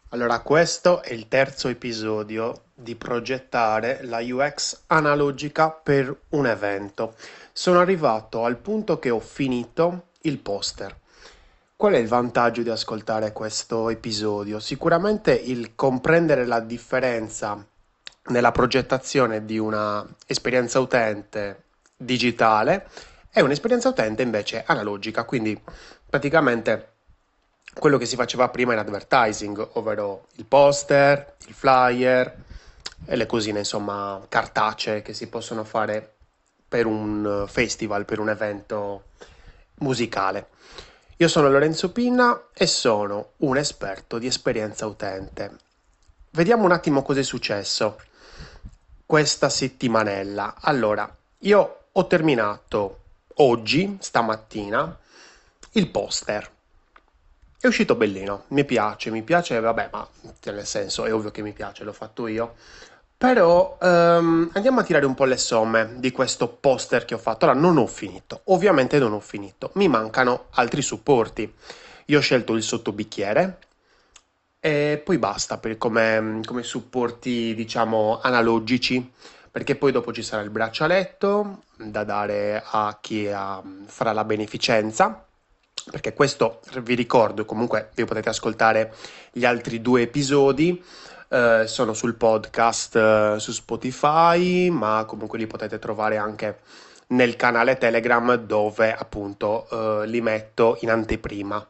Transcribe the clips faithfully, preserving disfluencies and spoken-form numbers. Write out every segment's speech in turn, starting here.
Allora, questo è il terzo episodio di progettare la U X analogica per un evento. Sono arrivato al punto che ho finito il poster. Qual è il vantaggio di ascoltare questo episodio? Sicuramente il comprendere la differenza nella progettazione di una esperienza utente digitale e un'esperienza utente invece analogica, quindi praticamente quello che si faceva prima in advertising, ovvero il poster, il flyer e le cosine, insomma, cartacee che si possono fare per un festival, per un evento musicale. Io sono Lorenzo Pinna e sono un esperto di esperienza utente. Vediamo un attimo cosa è successo questa settimanella. Allora, io ho terminato oggi, stamattina, il poster. È uscito bellino, mi piace, mi piace, vabbè, ma cioè, nel senso è ovvio che mi piace, l'ho fatto io. Però ehm, andiamo a tirare un po' le somme di questo poster che ho fatto. Ora non ho finito, ovviamente non ho finito, mi mancano altri supporti. Io ho scelto il sottobicchiere e poi basta per come, come supporti, diciamo, analogici, perché poi dopo ci sarà il braccialetto da dare a chi ha- farà la beneficenza, perché questo vi ricordo, comunque vi potete ascoltare gli altri due episodi, eh, sono sul podcast, eh, su Spotify, ma comunque li potete trovare anche nel canale Telegram dove appunto eh, li metto in anteprima.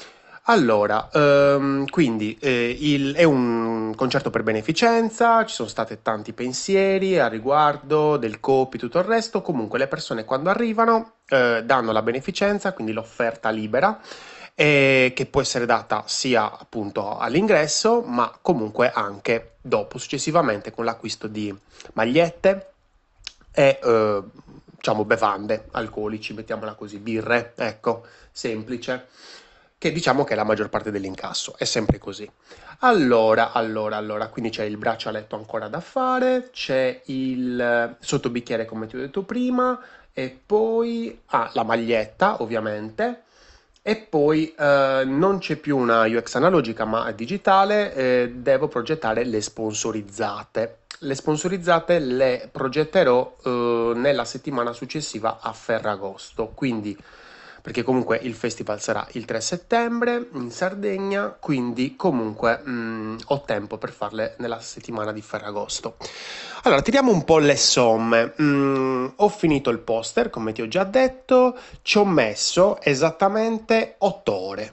Allora, ehm, quindi eh, il- è un concerto per beneficenza, ci sono stati tanti pensieri a riguardo del copy, tutto il resto. Comunque le persone quando arrivano eh, danno la beneficenza, quindi l'offerta libera, eh, che può essere data sia appunto all'ingresso, ma comunque anche dopo, successivamente con l'acquisto di magliette e eh, diciamo bevande alcolici, mettiamola così, birre, ecco, semplice, che diciamo che è la maggior parte dell'incasso, è sempre così. Allora, allora, allora, quindi c'è il braccialetto ancora da fare, c'è il sottobicchiere come ti ho detto prima, e poi ah, la maglietta ovviamente, e poi eh, non c'è più una U X analogica ma è digitale, eh, devo progettare le sponsorizzate. Le sponsorizzate le progetterò eh, nella settimana successiva a Ferragosto, quindi perché comunque il festival sarà il tre settembre in Sardegna, quindi comunque mh, ho tempo per farle nella settimana di Ferragosto. Allora, tiriamo un po' le somme. Mm, ho finito il poster, come ti ho già detto, ci ho messo esattamente otto ore.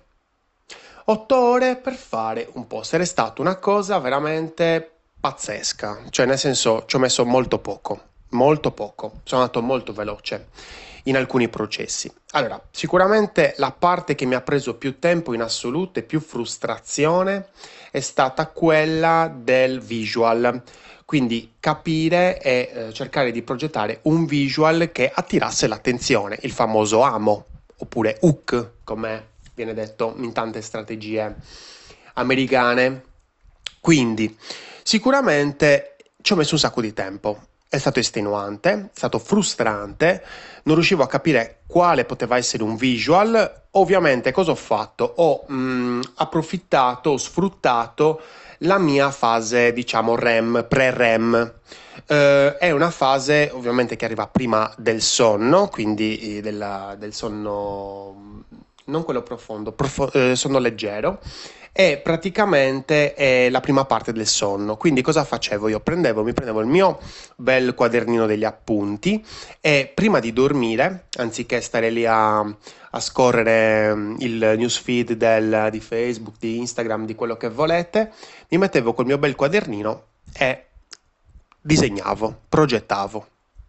otto ore per fare un poster è stata una cosa veramente pazzesca, cioè nel senso ci ho messo molto poco, molto poco, sono andato molto veloce in alcuni processi. Allora, sicuramente la parte che mi ha preso più tempo in assoluto e più frustrazione è stata quella del visual, quindi capire e eh, cercare di progettare un visual che attirasse l'attenzione, il famoso amo, oppure hook, come viene detto in tante strategie americane. Quindi, sicuramente ci ho messo un sacco di tempo. È stato estenuante, è stato frustrante, non riuscivo a capire quale poteva essere un visual. Ovviamente, cosa ho fatto? Ho mh, approfittato, ho sfruttato la mia fase, diciamo, REM, pre-REM. Eh, è una fase ovviamente che arriva prima del sonno, quindi eh, della- del sonno, non quello profondo, profo- eh, sonno leggero, e praticamente è la prima parte del sonno. Quindi cosa facevo? Io prendevo, mi prendevo il mio bel quadernino degli appunti e prima di dormire, anziché stare lì a, a scorrere mm, il newsfeed del- di Facebook, di Instagram, di quello che volete, mi mettevo col mio bel quadernino e disegnavo, progettavo.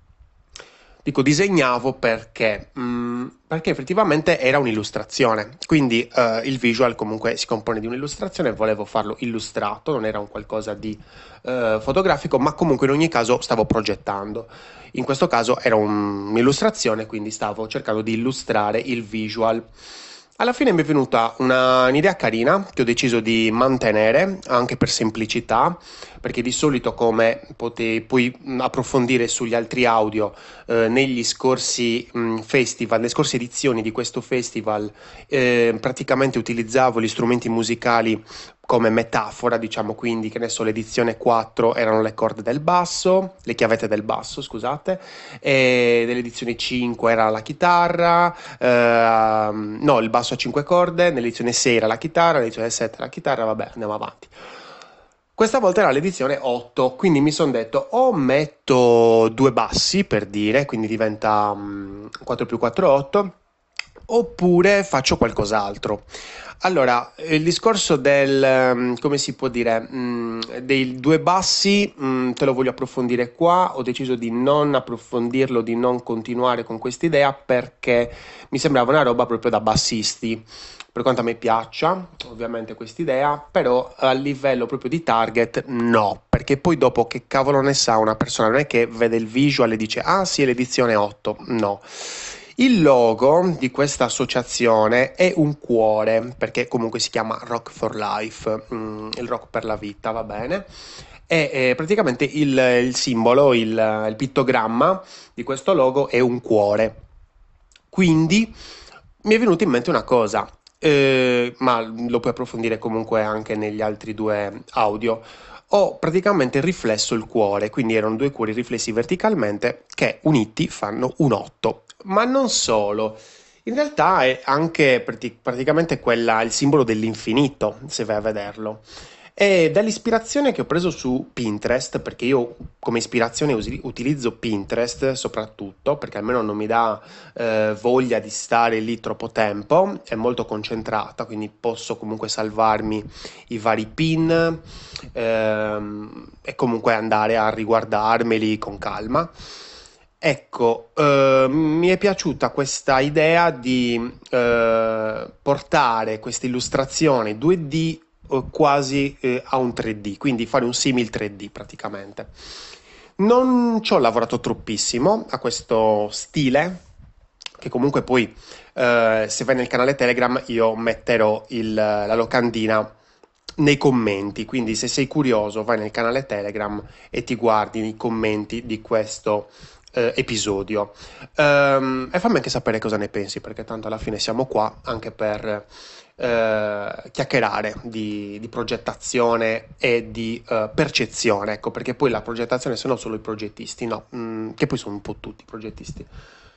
Dico disegnavo perché, mm, perché effettivamente era un'illustrazione, quindi eh, il visual comunque si compone di un'illustrazione, volevo farlo illustrato, non era un qualcosa di eh, fotografico, ma comunque in ogni caso stavo progettando. In questo caso era un- un'illustrazione, quindi stavo cercando di illustrare il visual. Alla fine mi è venuta una- un'idea carina che ho deciso di mantenere anche per semplicità, perché di solito come pote- puoi mh, approfondire sugli altri audio eh, negli scorsi mh, festival, nelle scorse edizioni di questo festival, eh, praticamente utilizzavo gli strumenti musicali come metafora, diciamo, quindi che ne so, l'edizione quattro erano le corde del basso, le chiavette del basso, scusate, e nell'edizione cinque era la chitarra, ehm, no, il basso a cinque corde, nell'edizione sei era la chitarra, nell'edizione sette la chitarra, vabbè, andiamo avanti. Questa volta era l'edizione otto, quindi mi sono detto o metto due bassi per dire, quindi diventa mm, quattro più quattro otto, oppure faccio qualcos'altro. Allora, il discorso del, mm, come si può dire, mm, dei due bassi, mm, te lo voglio approfondire qua. Ho deciso di non approfondirlo, di non continuare con quest'idea perché mi sembrava una roba proprio da bassisti. Per quanto a me piaccia, ovviamente, quest'idea, però a livello proprio di target no, perché poi dopo che cavolo ne sa una persona, non è che vede il visual e dice ah sì, è l'edizione otto, no. Il logo di questa associazione è un cuore, perché comunque si chiama Rock for Life, mm, il rock per la vita, va bene? E eh, praticamente il, il simbolo, il, il pittogramma di questo logo è un cuore. Quindi mi è venuta in mente una cosa, eh, ma lo puoi approfondire comunque anche negli altri due audio. Ho praticamente riflesso il cuore, quindi erano due cuori riflessi verticalmente che uniti fanno un otto. Ma non solo, in realtà è anche prati- praticamente quella, il simbolo dell'infinito, se vai a vederlo. E dall'ispirazione che ho preso su Pinterest, perché io come ispirazione usi- utilizzo Pinterest soprattutto, perché almeno non mi dà eh, voglia di stare lì troppo tempo, è molto concentrata, quindi posso comunque salvarmi i vari pin ehm, e comunque andare a riguardarmeli con calma. Ecco, eh, mi è piaciuta questa idea di eh, portare queste illustrazioni due D eh, quasi eh, a un tre D, quindi fare un simil tre D praticamente. Non ci ho lavorato troppissimo a questo stile, che comunque poi eh, se vai nel canale Telegram io metterò il- la locandina nei commenti, quindi se sei curioso vai nel canale Telegram e ti guardi i commenti di questo eh, episodio. Ehm, e fammi anche sapere cosa ne pensi, perché tanto alla fine siamo qua anche per eh, chiacchierare di, di progettazione e di eh, percezione, ecco, perché poi la progettazione sono solo i progettisti, no, mm, che poi sono un po' tutti i progettisti.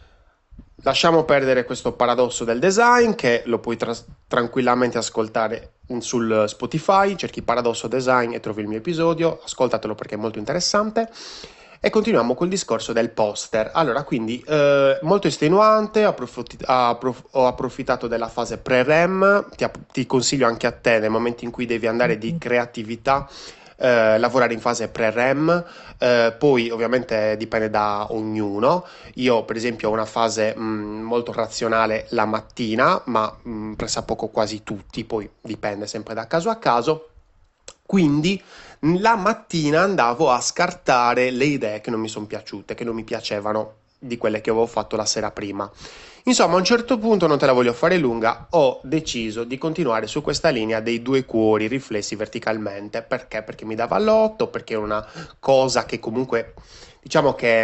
Lasciamo perdere questo paradosso del design che lo puoi tras- tranquillamente ascoltare sul Spotify, cerchi paradosso design e trovi il mio episodio, ascoltatelo perché è molto interessante. E continuiamo col discorso del poster. Allora, quindi eh, molto estenuante, ho, approfitt- approf- ho approfittato della fase pre-REM, ti, app- ti consiglio anche a te nel momento in cui devi andare di creatività, eh, lavorare in fase pre-REM, eh, poi ovviamente dipende da ognuno. Io per esempio ho una fase mh, molto razionale la mattina, ma mh, pressappoco quasi tutti, poi dipende sempre da caso a caso. Quindi la mattina andavo a scartare le idee che non mi sono piaciute, che non mi piacevano di quelle che avevo fatto la sera prima. Insomma, a un certo punto, non te la voglio fare lunga, ho deciso di continuare su questa linea dei due cuori riflessi verticalmente. Perché? Perché mi dava l'otto, perché è una cosa che comunque, diciamo che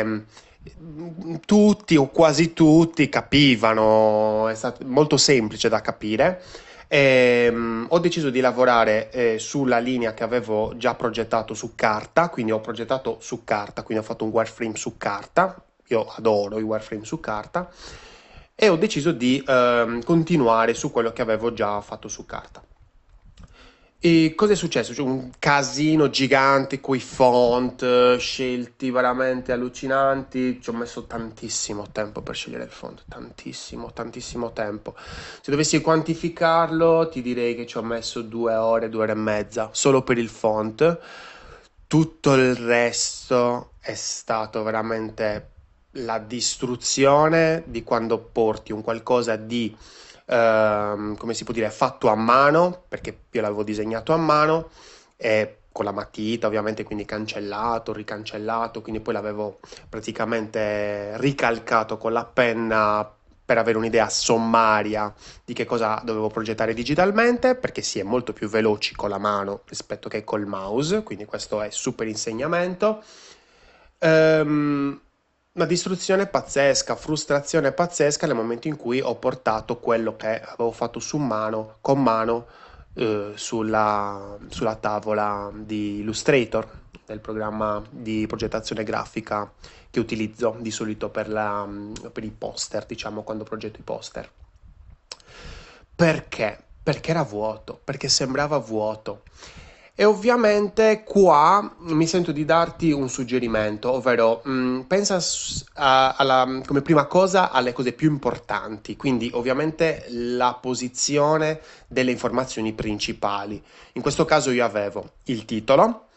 mh, tutti o quasi tutti capivano, è stato molto semplice da capire. Ehm, ho deciso di lavorare eh, sulla linea che avevo già progettato su carta, quindi ho progettato su carta, quindi ho fatto un wireframe su carta. Io adoro i wireframe su carta e ho deciso di ehm, continuare su quello che avevo già fatto su carta. E cosa è successo? C'è un casino gigante coi font eh, scelti veramente allucinanti. Ci ho messo tantissimo tempo per scegliere il font, tantissimo, tantissimo tempo. Se dovessi quantificarlo, ti direi che ci ho messo due ore, due ore e mezza solo per il font. Tutto il resto è stato veramente la distruzione di quando porti un qualcosa di ehm, come si può dire, fatto a mano, perché io l'avevo disegnato a mano, e con la matita ovviamente, quindi cancellato, ricancellato, quindi poi l'avevo praticamente ricalcato con la penna per avere un'idea sommaria di che cosa dovevo progettare digitalmente, perché si è molto più veloci con la mano rispetto che col mouse, quindi questo è super insegnamento. Ehm, una distruzione pazzesca, frustrazione pazzesca nel momento in cui ho portato quello che avevo fatto su mano, con mano, eh, sulla, sulla tavola di Illustrator, del programma di progettazione grafica che utilizzo di solito per, la, per i poster, diciamo, quando progetto i poster. Perché? Perché era vuoto, perché sembrava vuoto. E ovviamente qua mi sento di darti un suggerimento, ovvero mh, pensa s- a- alla- come prima cosa alle cose più importanti, quindi ovviamente la posizione delle informazioni principali. In questo caso io avevo il titolo,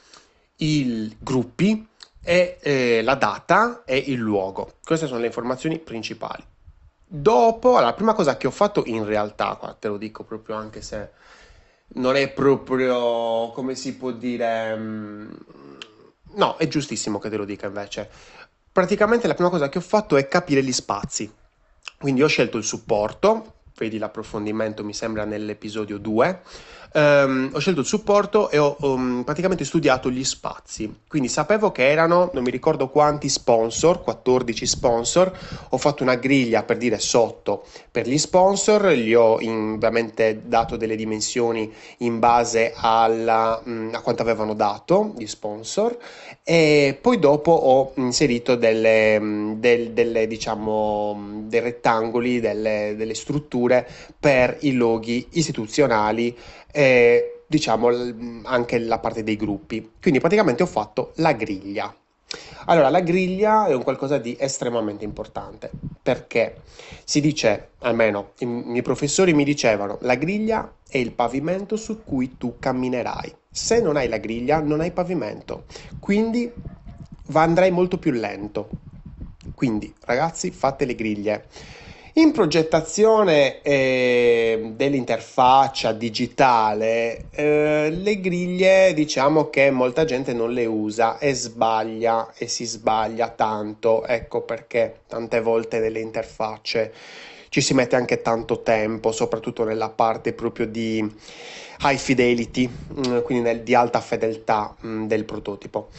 i gruppi e eh, la data e il luogo. Queste sono le informazioni principali. Dopo, la prima cosa che ho fatto in realtà, qua te lo dico proprio anche se non è proprio, come si può dire, mm, no, è giustissimo che te lo dica invece. Praticamente la prima cosa che ho fatto è capire gli spazi. Quindi ho scelto il supporto, vedi l'approfondimento mi sembra nell'episodio due. Ehm, ho scelto il supporto e ho um, praticamente studiato gli spazi. Quindi sapevo che erano, non mi ricordo quanti sponsor, quattordici sponsor. Ho fatto una griglia per dire sotto per gli sponsor, gli ho in- ovviamente dato delle dimensioni in base alla, mh, a quanto avevano dato gli sponsor e poi dopo ho inserito delle, mh, del- delle, diciamo, mh, dei rettangoli, delle, delle strutture per i loghi istituzionali e diciamo l- anche la parte dei gruppi. Quindi praticamente ho fatto la griglia. Allora, la griglia è un qualcosa di estremamente importante perché si dice, almeno i miei professori mi dicevano, la griglia è il pavimento su cui tu camminerai. Se non hai la griglia, non hai pavimento, quindi va- andrai molto più lento. Quindi, ragazzi, fate le griglie. In progettazione eh, dell'interfaccia digitale, eh, le griglie diciamo che molta gente non le usa e sbaglia e si sbaglia tanto, ecco perché tante volte nelle interfacce ci si mette anche tanto tempo, soprattutto nella parte proprio di high fidelity, mm, quindi nel- di alta fedeltà mm, del prototipo.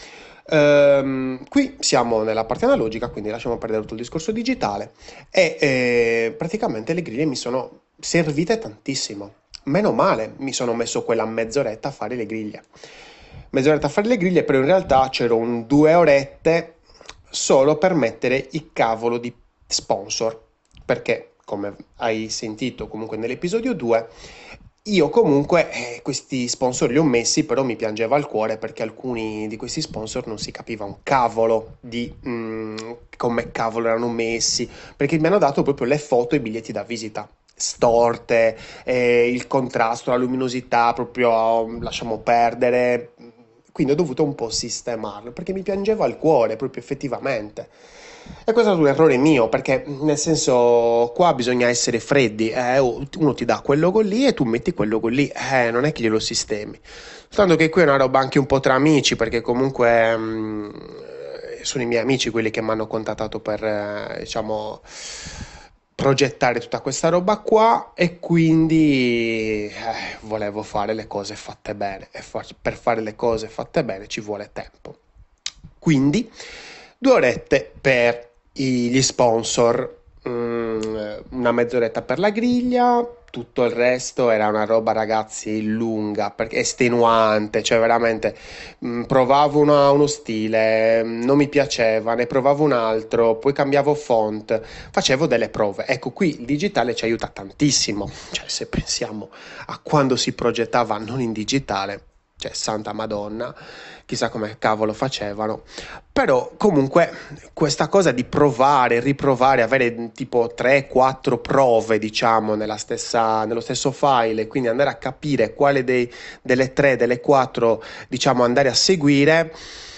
Ehm, qui siamo nella parte analogica, quindi lasciamo perdere tutto il discorso digitale e eh, praticamente le griglie mi sono servite tantissimo. Meno male mi sono messo quella mezz'oretta a fare le griglie. Mezz'oretta a fare le griglie, però in realtà c'ero un due orette solo per mettere il cavolo di sponsor. Perché, come hai sentito comunque nell'episodio due, io comunque eh, questi sponsor li ho messi, però mi piangeva il cuore perché alcuni di questi sponsor non si capiva un cavolo di mm, come cavolo erano messi, perché mi hanno dato proprio le foto e i biglietti da visita storte, eh, il contrasto, la luminosità, proprio mm, lasciamo perdere. Quindi ho dovuto un po' sistemarlo perché mi piangeva il cuore, proprio effettivamente. E questo è un errore mio, perché nel senso qua bisogna essere freddi, eh, uno ti dà quel logo lì e tu metti quel logo lì, eh, non è che glielo sistemi. Soltanto che qui è una roba anche un po' tra amici, perché comunque mh, sono i miei amici quelli che mi hanno contattato per, eh, diciamo, progettare tutta questa roba qua e quindi eh, volevo fare le cose fatte bene e fa- per fare le cose fatte bene ci vuole tempo. Quindi due orette per i- gli sponsor, mm, una mezz'oretta per la griglia, tutto il resto era una roba, ragazzi, lunga, perché estenuante, cioè veramente mm, provavo una- uno stile, mm, non mi piaceva, ne provavo un altro, poi cambiavo font, facevo delle prove. Ecco, qui il digitale ci aiuta tantissimo, cioè se pensiamo a quando si progettava non in digitale, cioè Santa Madonna, chissà come cavolo facevano. Però comunque questa cosa di provare, riprovare, avere tipo tre quattro prove, diciamo, nella stessa, nello stesso file e quindi andare a capire quale dei, delle tre, delle quattro, diciamo, andare a seguire,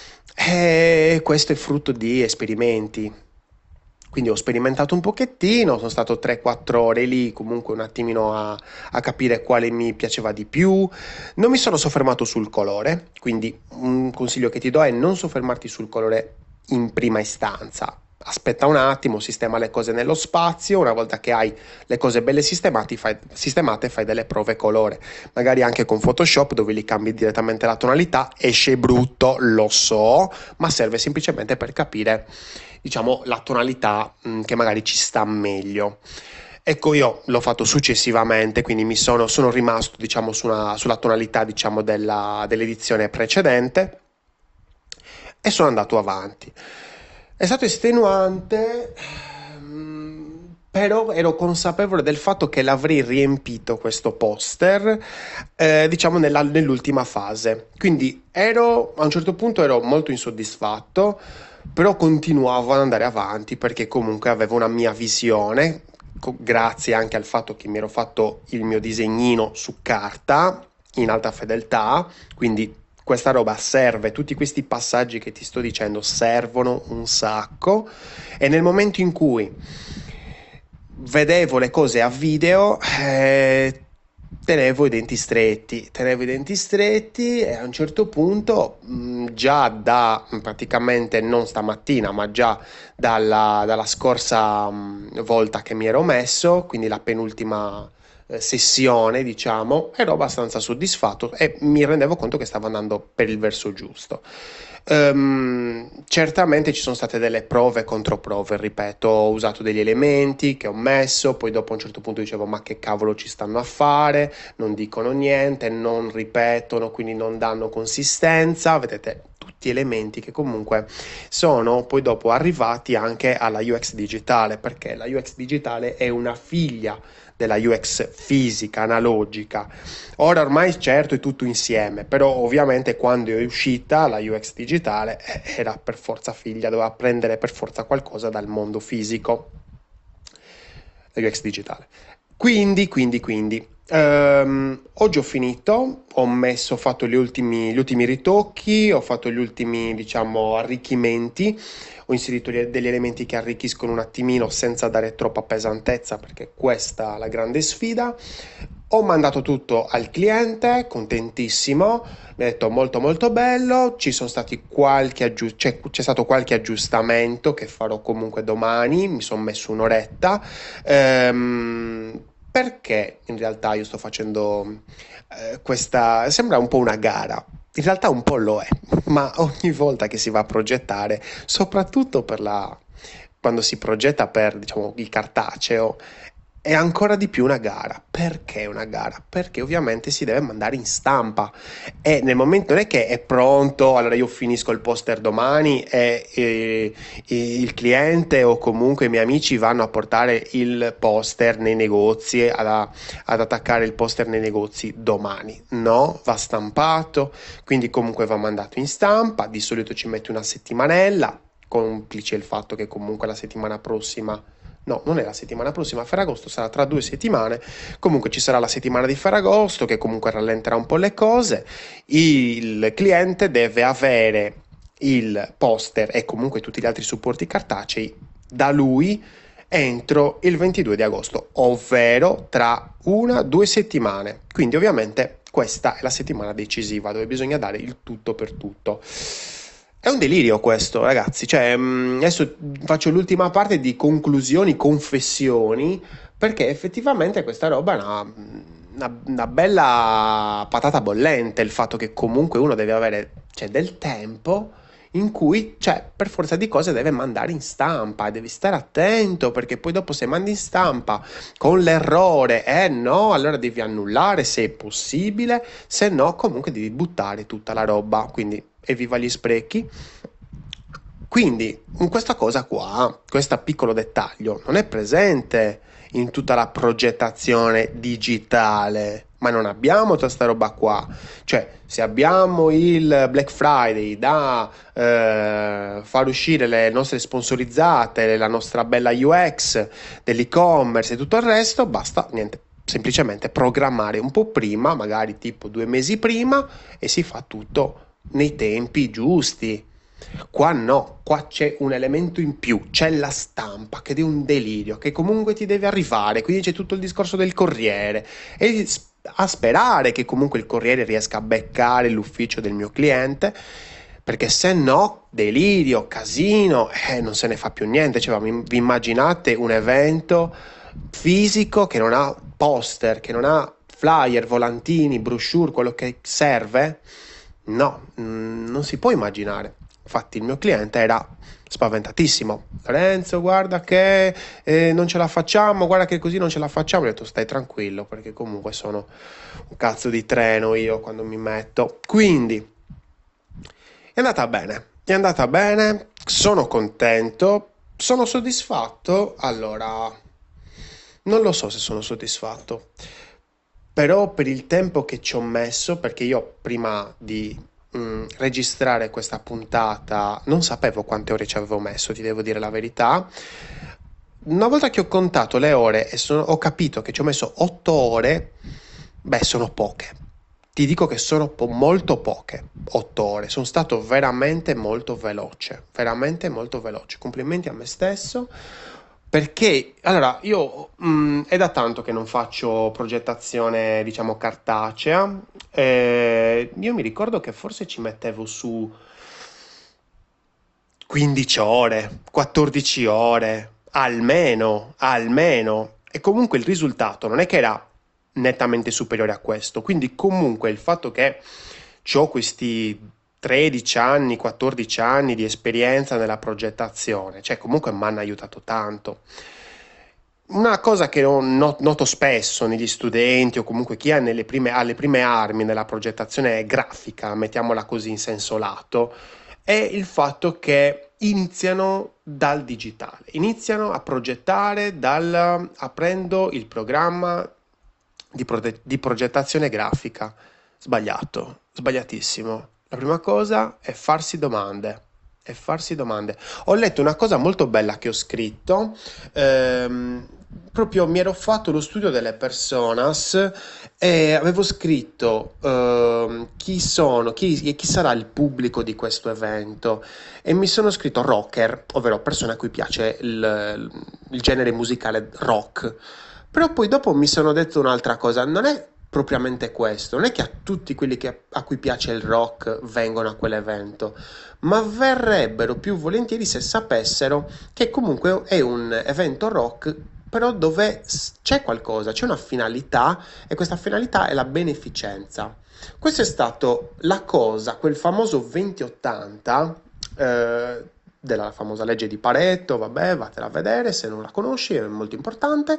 eh, questo è frutto di esperimenti. Quindi ho sperimentato un pochettino, sono stato tre quattro ore lì, comunque un attimino a, a capire quale mi piaceva di più. Non mi sono soffermato sul colore, quindi un consiglio che ti do è non soffermarti sul colore in prima istanza. Aspetta un attimo, sistema le cose nello spazio, una volta che hai le cose belle sistemate, fai, sistemate, fai delle prove colore, magari anche con Photoshop dove li cambi direttamente la tonalità, esce brutto, lo so, ma serve semplicemente per capire, diciamo, la tonalità mh, che magari ci sta meglio. Ecco, io l'ho fatto successivamente, quindi mi sono, sono rimasto, diciamo, su una- sulla tonalità, diciamo, della- dell'edizione precedente e sono andato avanti. È stato estenuante, ehm, però ero consapevole del fatto che l'avrei riempito questo poster, eh, diciamo, nella- nell'ultima fase. Quindi ero, a un certo punto ero molto insoddisfatto, però continuavo ad andare avanti perché comunque avevo una mia visione, co- grazie anche al fatto che mi ero fatto il mio disegnino su carta in alta fedeltà, quindi questa roba serve, tutti questi passaggi che ti sto dicendo servono un sacco e nel momento in cui vedevo le cose a video, eh, tenevo i denti stretti, tenevo i denti stretti e a un certo punto, mh, già da praticamente non stamattina, ma già dalla, dalla scorsa mh, volta che mi ero messo, quindi la penultima eh, sessione, diciamo, ero abbastanza soddisfatto e mi rendevo conto che stavo andando per il verso giusto. Ehm, certamente ci sono state delle prove e controprove, ripeto, ho usato degli elementi che ho messo, poi dopo a un certo punto dicevo ma che cavolo ci stanno a fare, non dicono niente, non ripetono, quindi non danno consistenza, vedete, tutti elementi che comunque sono poi dopo arrivati anche alla U X digitale, perché la U X digitale è una figlia della U X fisica, analogica. Ora ormai certo è tutto insieme, però ovviamente quando è uscita la U X digitale eh, era per forza figlia, doveva prendere per forza qualcosa dal mondo fisico, la U X digitale. Quindi, quindi, quindi, ehm, oggi ho finito, ho messo, ho fatto gli ultimi, gli ultimi ritocchi, ho fatto gli ultimi, diciamo, arricchimenti, ho inserito gli- degli elementi che arricchiscono un attimino senza dare troppa pesantezza, perché questa è la grande sfida. Ho mandato tutto al cliente, contentissimo, mi ha detto molto molto bello, ci sono stati qualche aggiu- c'è, c'è stato qualche aggiustamento che farò comunque domani, mi sono messo un'oretta, ehm, perché in realtà io sto facendo eh, questa, sembra un po' una gara, in realtà un po' lo è, ma ogni volta che si va a progettare, soprattutto per la, quando si progetta per, diciamo, il cartaceo, è ancora di più una gara. Perché una gara? Perché ovviamente si deve mandare in stampa e nel momento non è che è pronto, allora io finisco il poster domani e, e- e il cliente o comunque i miei amici vanno a portare il poster nei negozi, ad, ad attaccare il poster nei negozi domani. No, va stampato, quindi comunque va mandato in stampa, di solito ci mette una settimanella, complice il fatto che comunque la settimana prossima, no, non è la settimana prossima, Ferragosto sarà tra due settimane, comunque ci sarà la settimana di Ferragosto che comunque rallenterà un po' le cose, il cliente deve avere il poster e comunque tutti gli altri supporti cartacei da lui entro il ventidue di agosto, ovvero tra una o due settimane. Quindi ovviamente questa è la settimana decisiva dove bisogna dare il tutto per tutto. È un delirio questo, ragazzi. Cioè, mh, adesso faccio l'ultima parte di conclusioni, confessioni, perché effettivamente questa roba è una, una- una bella patata bollente, il fatto che comunque uno deve avere, cioè, del tempo in cui, cioè, per forza di cose deve mandare in stampa e devi stare attento perché poi dopo se mandi in stampa con l'errore, eh no, allora devi annullare se è possibile, se no comunque devi buttare tutta la roba, quindi evviva gli sprechi. Quindi, in questa cosa qua, questo piccolo dettaglio non è presente in tutta la progettazione digitale, ma non abbiamo tutta questa roba qua. Cioè, se abbiamo il Black Friday da eh, far uscire le nostre sponsorizzate, la nostra bella U X dell'e-commerce e tutto il resto, basta, niente, semplicemente programmare un po' prima, magari tipo due mesi prima, e si fa tutto nei tempi giusti. Qua no, qua c'è un elemento in più, c'è la stampa che è un delirio, che comunque ti deve arrivare, quindi c'è tutto il discorso del corriere e a sperare che comunque il corriere riesca a beccare l'ufficio del mio cliente, perché se no, delirio, casino, eh, non se ne fa più niente, cioè, vi immaginate un evento fisico che non ha poster, che non ha flyer, volantini, brochure, quello che serve? No, mm, non si può immaginare. Infatti il mio cliente era spaventatissimo. Lorenzo, guarda che eh, non ce la facciamo, guarda che così non ce la facciamo. Ho detto stai tranquillo perché comunque sono un cazzo di treno io quando mi metto. Quindi è andata bene, è andata bene, sono contento, sono soddisfatto. Allora, non lo so se sono soddisfatto, però per il tempo che ci ho messo, perché io prima di mm, registrare questa puntata non sapevo quante ore ci avevo messo, ti devo dire la verità. Una volta che ho contato le ore e sono- ho capito che ci ho messo otto ore, beh, sono poche. Ti dico che sono po- molto poche, otto ore. Sono stato veramente molto veloce, veramente molto veloce. Complimenti a me stesso. Perché, allora, io mh, è da tanto che non faccio progettazione, diciamo, cartacea. Eh, io mi ricordo che forse ci mettevo su quindici ore, quattordici ore, almeno, almeno. E comunque il risultato non è che era nettamente superiore a questo. Quindi comunque il fatto che ho questi tredici anni, quattordici anni di esperienza nella progettazione, cioè comunque mi hanno aiutato tanto. Una cosa che ho- no- noto spesso negli studenti o comunque chi ha nelle prime, ha le prime armi nella progettazione grafica, mettiamola così in senso lato, è il fatto che iniziano dal digitale, iniziano a progettare dal aprendo il programma di, prode- di progettazione grafica. Sbagliato, sbagliatissimo. La prima cosa è farsi domande. È farsi domande. Ho letto una cosa molto bella che ho scritto. ehm, Proprio mi ero fatto lo studio delle personas e avevo scritto ehm, chi sono, chi, e chi sarà il pubblico di questo evento e mi sono scritto rocker, ovvero persone a cui piace il, il genere musicale rock. Però poi dopo mi sono detto un'altra cosa, non è propriamente questo, non è che a tutti quelli che- a cui piace il rock vengono a quell'evento, ma verrebbero più volentieri se sapessero che comunque è un evento rock, però dove s- c'è qualcosa, c'è una finalità e questa finalità è la beneficenza. Questa è stata la cosa, quel famoso venti ottanta, eh, della famosa legge di Pareto, vabbè, vatela a vedere se non la conosci, è molto importante,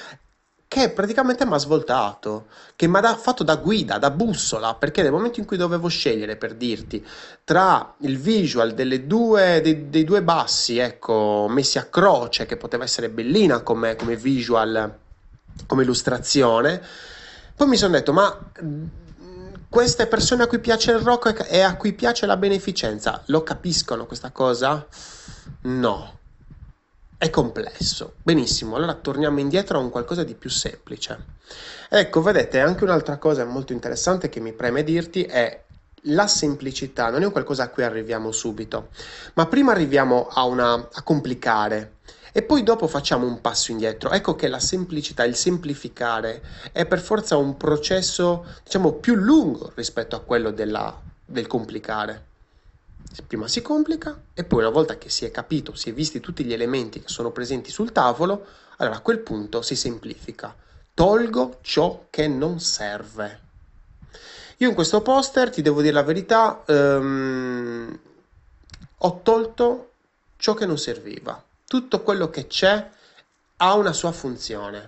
che praticamente mi ha svoltato, che mi ha fatto da guida, da bussola, perché nel momento in cui dovevo scegliere, per dirti, tra il visual delle due, dei, dei due bassi, ecco, messi a croce, che poteva essere bellina come, come visual, come illustrazione, poi mi sono detto, ma mh, queste persone a cui piace il rock e a cui piace la beneficenza, lo capiscono questa cosa? No. È complesso. Benissimo, allora torniamo indietro a un qualcosa di più semplice. Ecco, vedete, anche un'altra cosa molto interessante che mi preme dirti è la semplicità, non è un qualcosa a cui arriviamo subito, ma prima arriviamo a, una, a complicare e poi dopo facciamo un passo indietro. Ecco che la semplicità, il semplificare è per forza un processo, diciamo, più lungo rispetto a quello della, del complicare. Prima si complica e poi una volta che si è capito, si è visti tutti gli elementi che sono presenti sul tavolo, allora a quel punto si semplifica. Tolgo ciò che non serve. Io in questo poster, ti devo dire la verità, ehm, ho tolto ciò che non serviva. Tutto quello che c'è ha una sua funzione.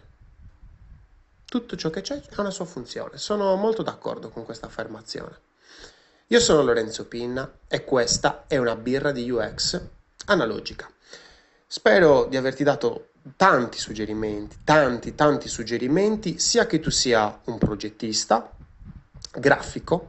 Tutto ciò che c'è ha una sua funzione. Sono molto d'accordo con questa affermazione. Io sono Lorenzo Pinna e questa è una birra di U X analogica. Spero di averti dato tanti suggerimenti, tanti, tanti suggerimenti, sia che tu sia un progettista grafico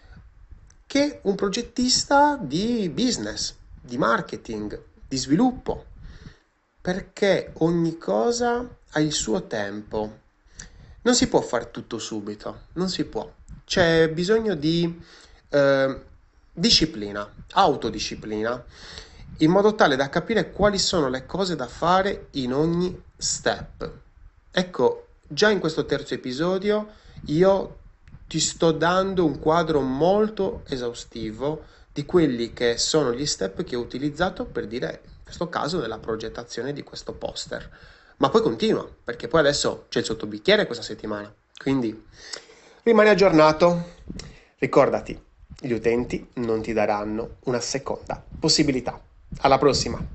che un progettista di business, di marketing, di sviluppo, perché ogni cosa ha il suo tempo. Non si può fare tutto subito, non si può. C'è bisogno di eh, disciplina, autodisciplina, in modo tale da capire quali sono le cose da fare in ogni step. Ecco, già in questo terzo episodio io ti sto dando un quadro molto esaustivo di quelli che sono gli step che ho utilizzato per dire, in questo caso, nella progettazione di questo poster. Ma poi continua, perché poi adesso c'è il sottobicchiere questa settimana. Quindi rimani aggiornato. Ricordati, Gli utenti non ti daranno una seconda possibilità. Alla prossima!